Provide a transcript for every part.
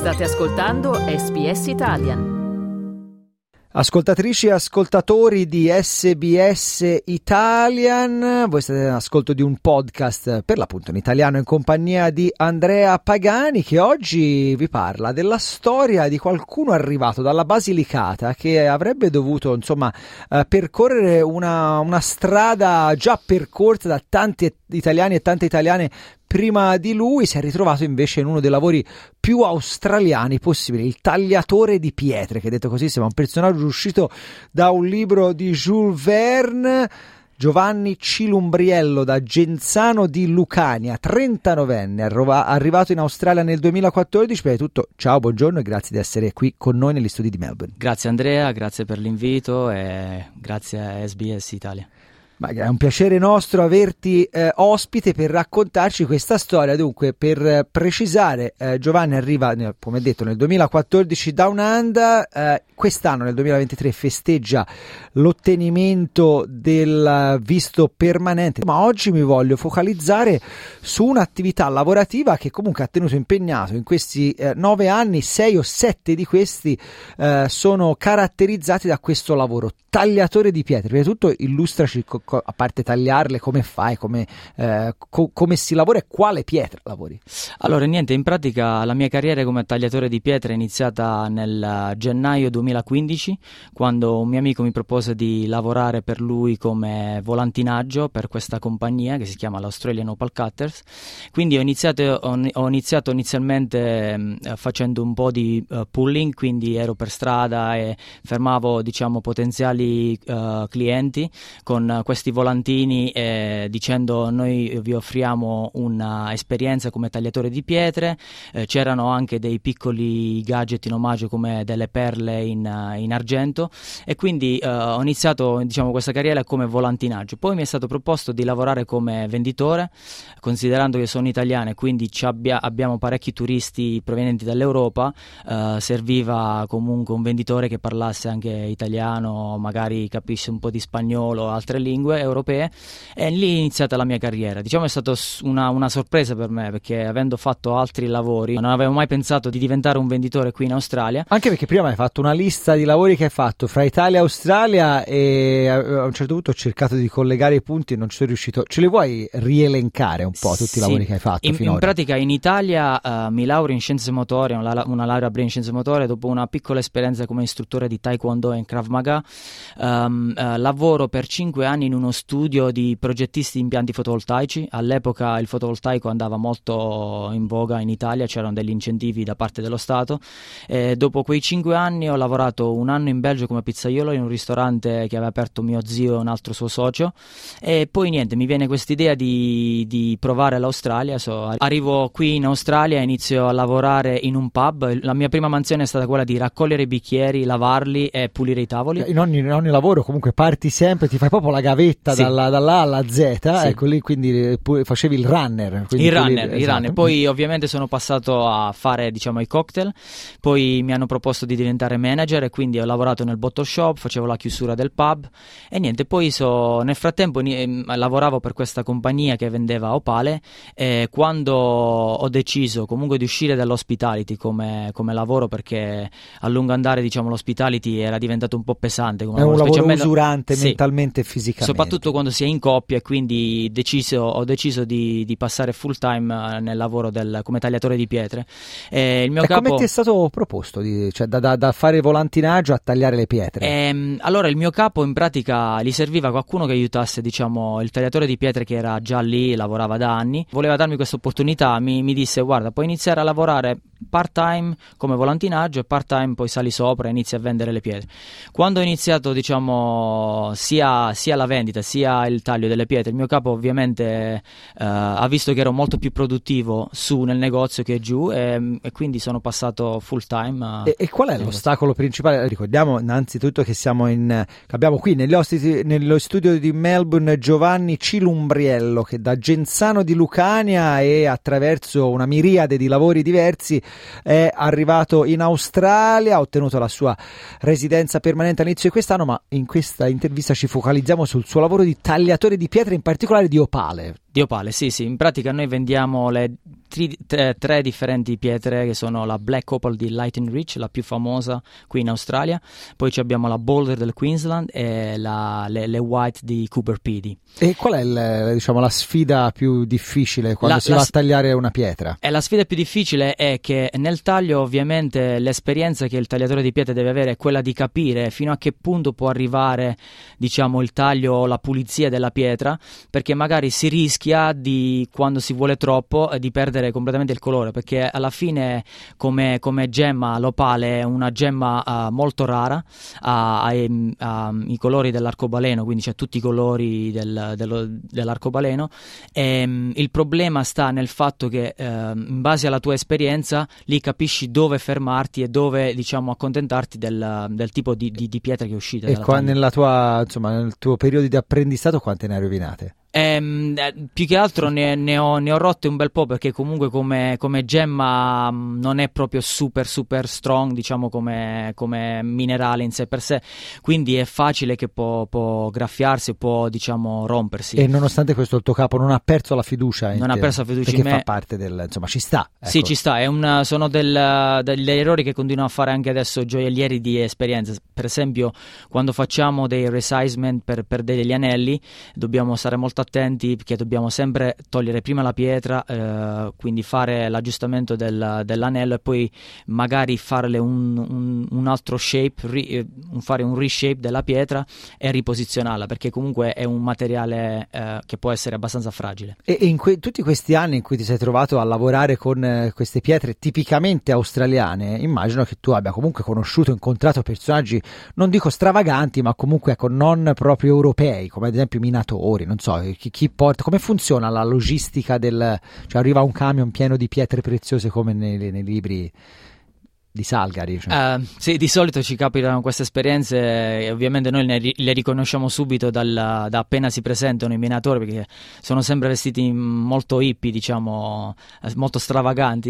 State ascoltando SBS Italian. Ascoltatrici e ascoltatori di SBS Italian, voi state all'ascolto di un podcast per l'appunto in italiano in compagnia di Andrea Pagani, che oggi vi parla della storia di qualcuno arrivato dalla Basilicata che avrebbe dovuto percorrere una strada già percorsa da tanti italiani e tante italiane prima di lui. Si è ritrovato invece in uno dei lavori più australiani possibili, il tagliatore di pietre, che detto così sembra un personaggio uscito da un libro di Jules Verne. Giovanni Cilumbriello da Genzano di Lucania, 39enne, arrivato in Australia nel 2014. Prima di tutto, ciao, buongiorno e grazie di essere qui con noi negli studi di Melbourne. Grazie Andrea, grazie per l'invito e grazie a SBS Italia. Ma è un piacere nostro averti ospite per raccontarci questa storia. Dunque, per precisare, Giovanni arriva, come detto, nel 2014 Down Under, quest'anno nel 2023 festeggia l'ottenimento del visto permanente, ma oggi mi voglio focalizzare su un'attività lavorativa che comunque ha tenuto impegnato in questi 9 anni. 6 o 7 di questi sono caratterizzati da questo lavoro, tagliatore di pietre. Prima di tutto illustraci, a parte tagliarle, come fai, come si lavora e quale pietra lavori? Allora, niente, in pratica la mia carriera come tagliatore di pietre è iniziata nel gennaio 2015, quando un mio amico mi propose di lavorare per lui come volantinaggio per questa compagnia che si chiama l'Australian Opal Cutters. Quindi ho iniziato inizialmente facendo un po' di pulling, quindi ero per strada e fermavo potenziali clienti con questi volantini dicendo: noi vi offriamo una esperienza come tagliatore di pietre. C'erano anche dei piccoli gadget in omaggio come delle perle in argento, e quindi ho iniziato questa carriera come volantinaggio. Poi mi è stato proposto di lavorare come venditore, considerando che sono italiano e quindi abbiamo parecchi turisti provenienti dall'Europa. Serviva comunque un venditore che parlasse anche italiano, magari capisse un po' di spagnolo o altre lingue europee, e lì è iniziata la mia carriera. È stata una sorpresa per me, perché avendo fatto altri lavori non avevo mai pensato di diventare un venditore qui in Australia, anche perché prima hai fatto una lista di lavori che hai fatto fra Italia e Australia e a un certo punto ho cercato di collegare i punti e non ci sono riuscito. Ce li vuoi rielencare un po' tutti i lavori che hai fatto finora? In pratica in Italia mi laureo in scienze motorie, una laurea in scienze motorie, dopo una piccola esperienza come istruttore di Taekwondo e Krav Maga. Lavoro per 5 anni in uno studio di progettisti di impianti fotovoltaici. All'epoca il fotovoltaico andava molto in voga in Italia, c'erano degli incentivi da parte dello Stato. Dopo quei 5 anni ho lavorato un anno in Belgio come pizzaiolo in un ristorante che aveva aperto mio zio e un altro suo socio, e poi mi viene quest'idea di provare l'Australia. Arrivo qui in Australia e inizio a lavorare in un pub. La mia prima mansione è stata quella di raccogliere i bicchieri, lavarli e pulire i tavoli. In ogni lavoro comunque parti sempre, ti fai proprio la gavetta, sì, dalla A alla Z, sì. Ecco lì, quindi facevi il runner. Il runner. Poi ovviamente sono passato a fare i cocktail, poi mi hanno proposto di diventare manager e quindi ho lavorato nel bottle shop, facevo la chiusura del pub e niente. Poi nel frattempo lavoravo per questa compagnia che vendeva opale, e quando ho deciso comunque di uscire dall'hospitality come lavoro, perché a lungo andare l'hospitality era diventato un po' pesante come è un lavoro usurante, sì, mentalmente e fisicamente, soprattutto quando si è in coppia, e quindi ho deciso di passare full time nel lavoro come tagliatore di pietre. Il mio capo... Come ti è stato proposto da fare volantinaggio a tagliare le pietre? Allora il mio capo in pratica gli serviva qualcuno che aiutasse il tagliatore di pietre che era già lì, lavorava da anni, voleva darmi questa opportunità. Mi disse: guarda, puoi iniziare a lavorare part time come volantinaggio e part time poi sali sopra e inizi a vendere le pietre. Quando ho iniziato sia la vendita sia il taglio delle pietre, il mio capo ovviamente ha visto che ero molto più produttivo su nel negozio che giù, e quindi sono passato full time. E qual è l'ostacolo principale? Ricordiamo innanzitutto che abbiamo qui nello studio di Melbourne Giovanni Cilumbriello, che da Genzano di Lucania e attraverso una miriade di lavori diversi è arrivato in Australia, ha ottenuto la sua residenza permanente all'inizio di quest'anno, ma in questa intervista ci focalizziamo sul suo lavoro di tagliatore di pietre, in particolare di opale. Di opale, sì, in pratica noi vendiamo tre differenti pietre, che sono la Black Opal di Lightning Ridge, la più famosa qui in Australia, poi abbiamo la Boulder del Queensland e le White di Coober Pedy. E qual è la sfida più difficile quando si va a tagliare una pietra? La sfida più difficile è che nel taglio, ovviamente, l'esperienza che il tagliatore di pietre deve avere è quella di capire fino a che punto può arrivare, diciamo, il taglio o la pulizia della pietra, perché magari si rischia di, quando si vuole troppo, di perdere completamente il colore, perché alla fine come gemma l'opale è una gemma molto rara, ha i colori dell'arcobaleno, quindi c'è tutti i colori dell'arcobaleno, e il problema sta nel fatto che in base alla tua esperienza lì capisci dove fermarti e dove, diciamo, accontentarti del tipo di pietra che è uscita. E qua nel tuo periodo di apprendistato quante ne hai rovinate? Più che altro ne ho rotte un bel po', perché comunque come gemma non è proprio super strong, diciamo, come minerale in sé per sé, quindi è facile che può graffiarsi, può, diciamo, rompersi. E nonostante questo il tuo capo non ha perso la fiducia in te? Non ha perso la fiducia in me, perché fa parte ci sta, ecco. Sì, ci sta, sono degli errori che continuo a fare anche adesso, gioiellieri di esperienze. Per esempio, quando facciamo dei resizement per degli anelli, dobbiamo stare molto attenti, perché dobbiamo sempre togliere prima la pietra, quindi fare l'aggiustamento dell'anello e poi magari farle un altro shape, fare un reshape della pietra e riposizionarla, perché comunque è un materiale che può essere abbastanza fragile. E in tutti questi anni in cui ti sei trovato a lavorare con queste pietre tipicamente australiane, immagino che tu abbia comunque conosciuto, incontrato personaggi, non dico stravaganti, ma comunque non proprio europei, come ad esempio minatori, non so, chi porta, come funziona la logistica cioè arriva un camion pieno di pietre preziose come nei libri di Salgari, cioè. Sì, di solito ci capitano queste esperienze e ovviamente noi le riconosciamo subito da appena si presentano i minatori, perché sono sempre vestiti molto hippie, diciamo, molto stravaganti,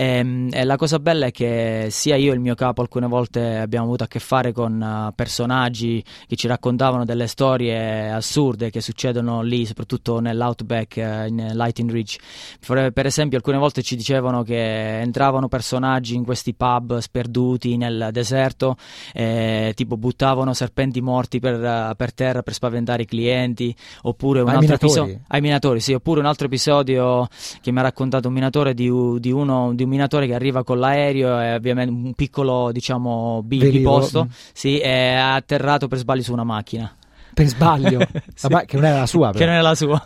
e la cosa bella è che sia io e il mio capo alcune volte abbiamo avuto a che fare con personaggi che ci raccontavano delle storie assurde che succedono lì, soprattutto nell'Outback, in Lightning Ridge. Per esempio, alcune volte ci dicevano che entravano personaggi in questi pub sperduti nel deserto, tipo buttavano serpenti morti per terra per spaventare i clienti, oppure un altro episodio ai minatori, sì, oppure un altro episodio che mi ha raccontato un minatore di un minatore che arriva con l'aereo e ovviamente un piccolo, diciamo, biposto, sì, è atterrato per sbaglio su una macchina. Per sbaglio? Sì. Vabbè, che non era la sua, però. Che non era la sua.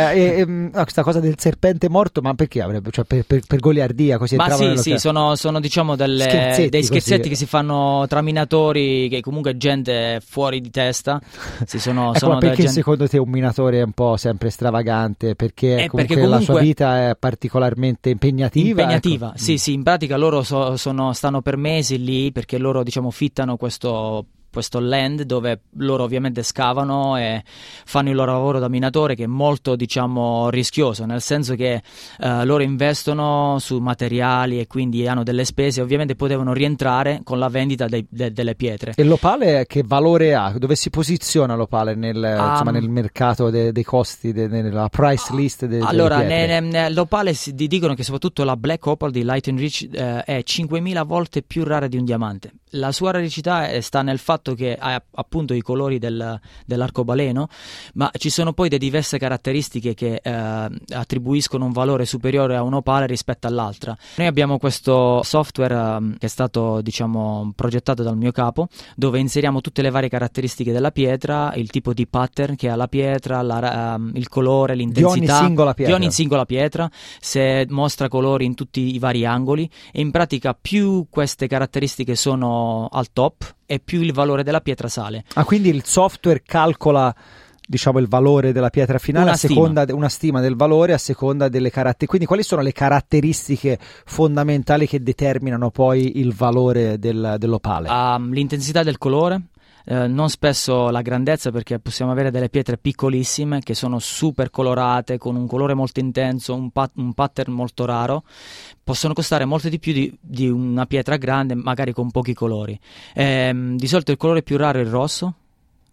Okay. Questa cosa del serpente morto, ma perché avrebbe? Cioè per goliardia, così ma entravano sì, sono diciamo dei scherzetti che si fanno tra minatori, che comunque gente fuori di testa. Sì, sono perché secondo te un minatore è un po' sempre stravagante? Perché comunque la sua vita è particolarmente impegnativa? Ecco. Sì, in pratica loro stanno per mesi lì, perché loro, diciamo, fittano questo land dove loro ovviamente scavano e fanno il loro lavoro da minatore, che è molto, diciamo, rischioso, nel senso che loro investono su materiali e quindi hanno delle spese, ovviamente poi devono rientrare con la vendita delle pietre. E l'opale che valore ha? Dove si posiziona l'opale nel mercato dei costi, nella price list delle pietre? L'opale dicono che soprattutto la Black Opal di Lightning Ridge è 5.000 volte più rara di un diamante. La sua rarità sta nel fatto che ha appunto i colori dell'arcobaleno, ma ci sono poi delle diverse caratteristiche che attribuiscono un valore superiore a un'opale rispetto all'altra. Noi abbiamo questo software che è stato, diciamo, progettato dal mio capo, dove inseriamo tutte le varie caratteristiche della pietra, il tipo di pattern che ha la pietra, il colore, l'intensità di ogni singola pietra, se mostra colori in tutti i vari angoli, e in pratica più queste caratteristiche sono al top e più il valore della pietra sale. Quindi il software calcola, diciamo, il valore della pietra finale una stima del valore a seconda delle caratteristiche. Quindi quali sono le caratteristiche fondamentali che determinano poi il valore dell'opale? L'intensità del colore, non spesso la grandezza, perché possiamo avere delle pietre piccolissime che sono super colorate con un colore molto intenso, un pattern molto raro, possono costare molto di più di una pietra grande magari con pochi colori. Di solito il colore più raro è il rosso,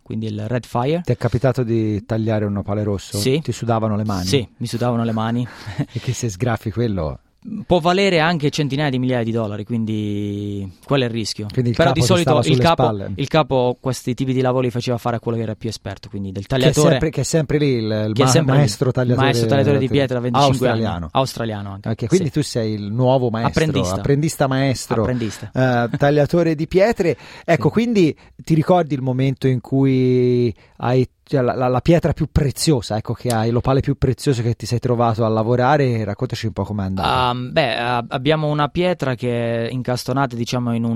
quindi il red fire. Ti è capitato di tagliare un nopale rosso? Sì. Ti sudavano le mani? Sì, mi sudavano le mani. E che se sgraffi quello... Può valere anche centinaia di migliaia di dollari, quindi quello è il rischio. Quindi il Però capo di solito spalle. il capo questi tipi di lavori li faceva fare a quello che era più esperto, quindi del tagliatore. Che è sempre lì il maestro tagliatore di pietra da 25 australiano. anni. Australiano anche. Okay, quindi sì. Tu sei il nuovo maestro, apprendista maestro, tagliatore di pietre. Ecco, sì. Quindi ti ricordi il momento in cui hai la pietra più preziosa, ecco, che hai, l'opale più prezioso che ti sei trovato a lavorare? Raccontaci un po' com'è andata. Abbiamo una pietra che è incastonata, diciamo, in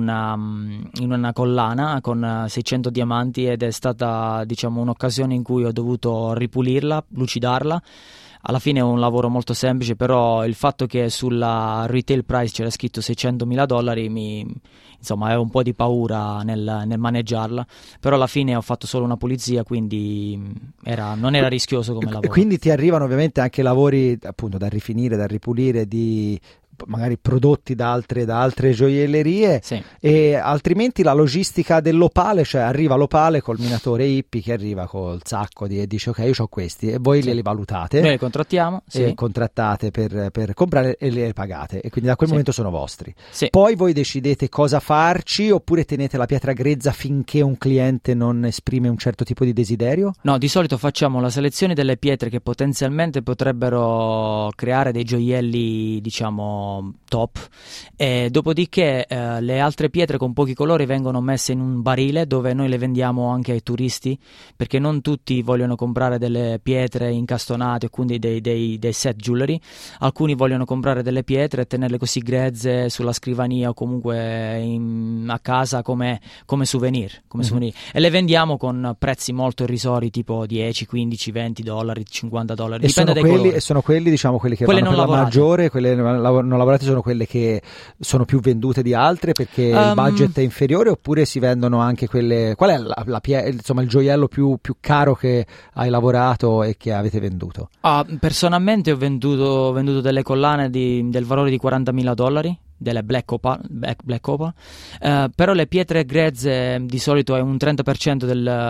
una collana con 600 diamanti, ed è stata, diciamo, un'occasione in cui ho dovuto ripulirla, lucidarla. Alla fine è un lavoro molto semplice, però il fatto che sulla retail price c'era scritto $600.000 insomma, avevo un po' di paura nel maneggiarla, però alla fine ho fatto solo una pulizia, quindi non era rischioso come lavoro. Quindi ti arrivano ovviamente anche lavori appunto da rifinire, da ripulire, di magari prodotti da altre gioiellerie, sì. E altrimenti la logistica dell'opale, cioè arriva l'opale col minatore hippie che arriva col sacco e dice ok, io ho questi, e voi li valutate, noi li contrattiamo, sì. E contrattate per comprare e li pagate, e quindi da quel momento sono vostri, sì. Poi voi decidete cosa farci, oppure tenete la pietra grezza finché un cliente non esprime un certo tipo di desiderio? No, di solito facciamo la selezione delle pietre che potenzialmente potrebbero creare dei gioielli, diciamo, top, e dopodiché le altre pietre con pochi colori vengono messe in un barile dove noi le vendiamo anche ai turisti, perché non tutti vogliono comprare delle pietre incastonate o quindi dei set jewelry. Alcuni vogliono comprare delle pietre e tenerle così grezze sulla scrivania o comunque a casa come souvenir, e le vendiamo con prezzi molto irrisori, tipo 10, 15, $20, $50, dipende dai colori. E sono quelli, diciamo, quelli che quelle vanno non per lavorate. La maggiore, quelle non lavorate sono quelle che sono più vendute di altre perché il budget è inferiore, oppure si vendono anche quelle? Qual è insomma, il gioiello più caro che hai lavorato e che avete venduto? Personalmente ho venduto delle collane del valore di $40.000, delle black opal, però le pietre grezze di solito è un 30%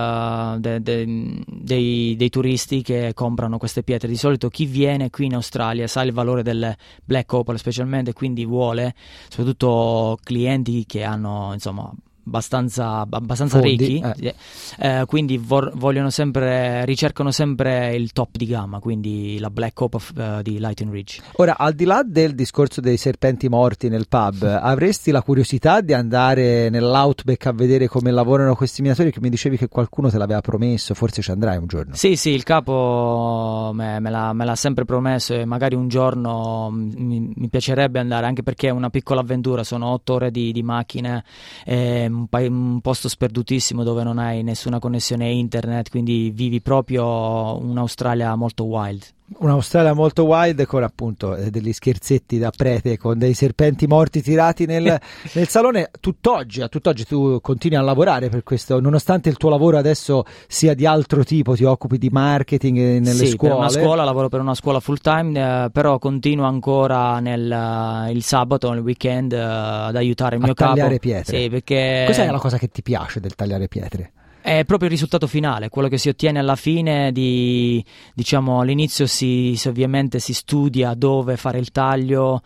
dei turisti che comprano queste pietre. Di solito chi viene qui in Australia sa il valore delle black opal specialmente, quindi vuole, soprattutto clienti che hanno, insomma, abbastanza Fondi, ricchi, quindi ricercano sempre il top di gamma, quindi la Black Opal di Lighton Ridge. Ora, al di là del discorso dei serpenti morti nel pub, avresti la curiosità di andare nell'Outback a vedere come lavorano questi minatori, che mi dicevi che qualcuno te l'aveva promesso? Forse ci andrai un giorno. Sì, il capo me l'ha sempre promesso, e magari un giorno mi piacerebbe andare, anche perché è una piccola avventura, sono 8 ore di macchine, un posto sperdutissimo dove non hai nessuna connessione internet, quindi vivi proprio un'Australia molto wild. Un'Australia molto wild, con appunto degli scherzetti da prete con dei serpenti morti tirati nel salone. Tutt'oggi tu continui a lavorare per questo, nonostante il tuo lavoro adesso sia di altro tipo, ti occupi di marketing nelle scuole? Sì, lavoro per una scuola full time, però continuo ancora il sabato, nel weekend, ad aiutare il mio capo a tagliare pietre. Sì, perché cos'è la cosa che ti piace del tagliare pietre? È proprio il risultato finale, quello che si ottiene alla fine diciamo, all'inizio ovviamente si studia dove fare il taglio,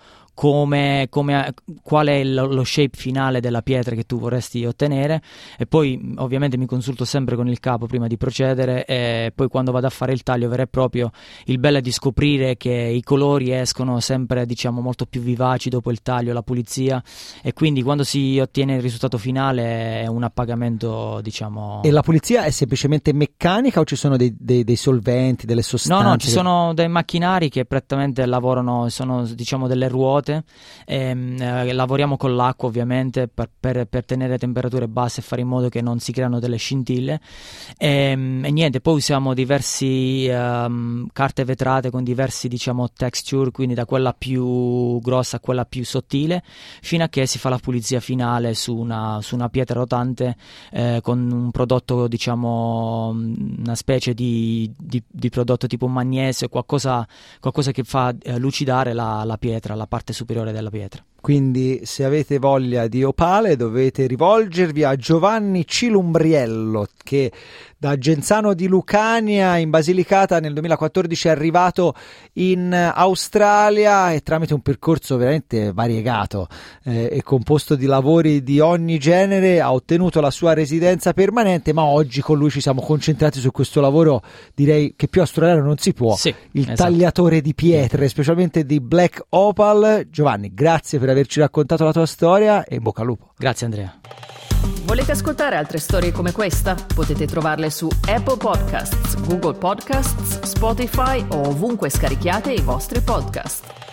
qual è lo shape finale della pietra che tu vorresti ottenere, e poi ovviamente mi consulto sempre con il capo prima di procedere, e poi quando vado a fare il taglio vero e proprio, il bello è di scoprire che i colori escono sempre, diciamo, molto più vivaci dopo il taglio, la pulizia, e quindi quando si ottiene il risultato finale è un appagamento, diciamo. E la pulizia è semplicemente meccanica o ci sono dei solventi, delle sostanze? No, ci sono dei macchinari che prettamente lavorano, sono, diciamo, delle ruote. Lavoriamo con l'acqua ovviamente per tenere temperature basse e fare in modo che non si creano delle scintille, e niente, poi usiamo diversi carte vetrate con diversi, diciamo, texture, quindi da quella più grossa a quella più sottile, fino a che si fa la pulizia finale su una pietra rotante, con un prodotto, diciamo, una specie di prodotto tipo magnesio, qualcosa che fa lucidare la pietra, la parte superiore della pietra. quindi se avete voglia di opale dovete rivolgervi a Giovanni Cilumbriello, che da Genzano di Lucania in Basilicata nel 2014 è arrivato in Australia e tramite un percorso veramente variegato e composto di lavori di ogni genere ha ottenuto la sua residenza permanente, ma oggi con lui ci siamo concentrati su questo lavoro, direi che più australiano non si può, esatto. Tagliatore di pietre, specialmente di Black Opal. Giovanni, grazie per averci raccontato la tua storia e in bocca al lupo. Grazie Andrea. Volete ascoltare altre storie come questa? Potete trovarle su Apple Podcasts, Google Podcasts, Spotify o ovunque scarichiate i vostri podcast.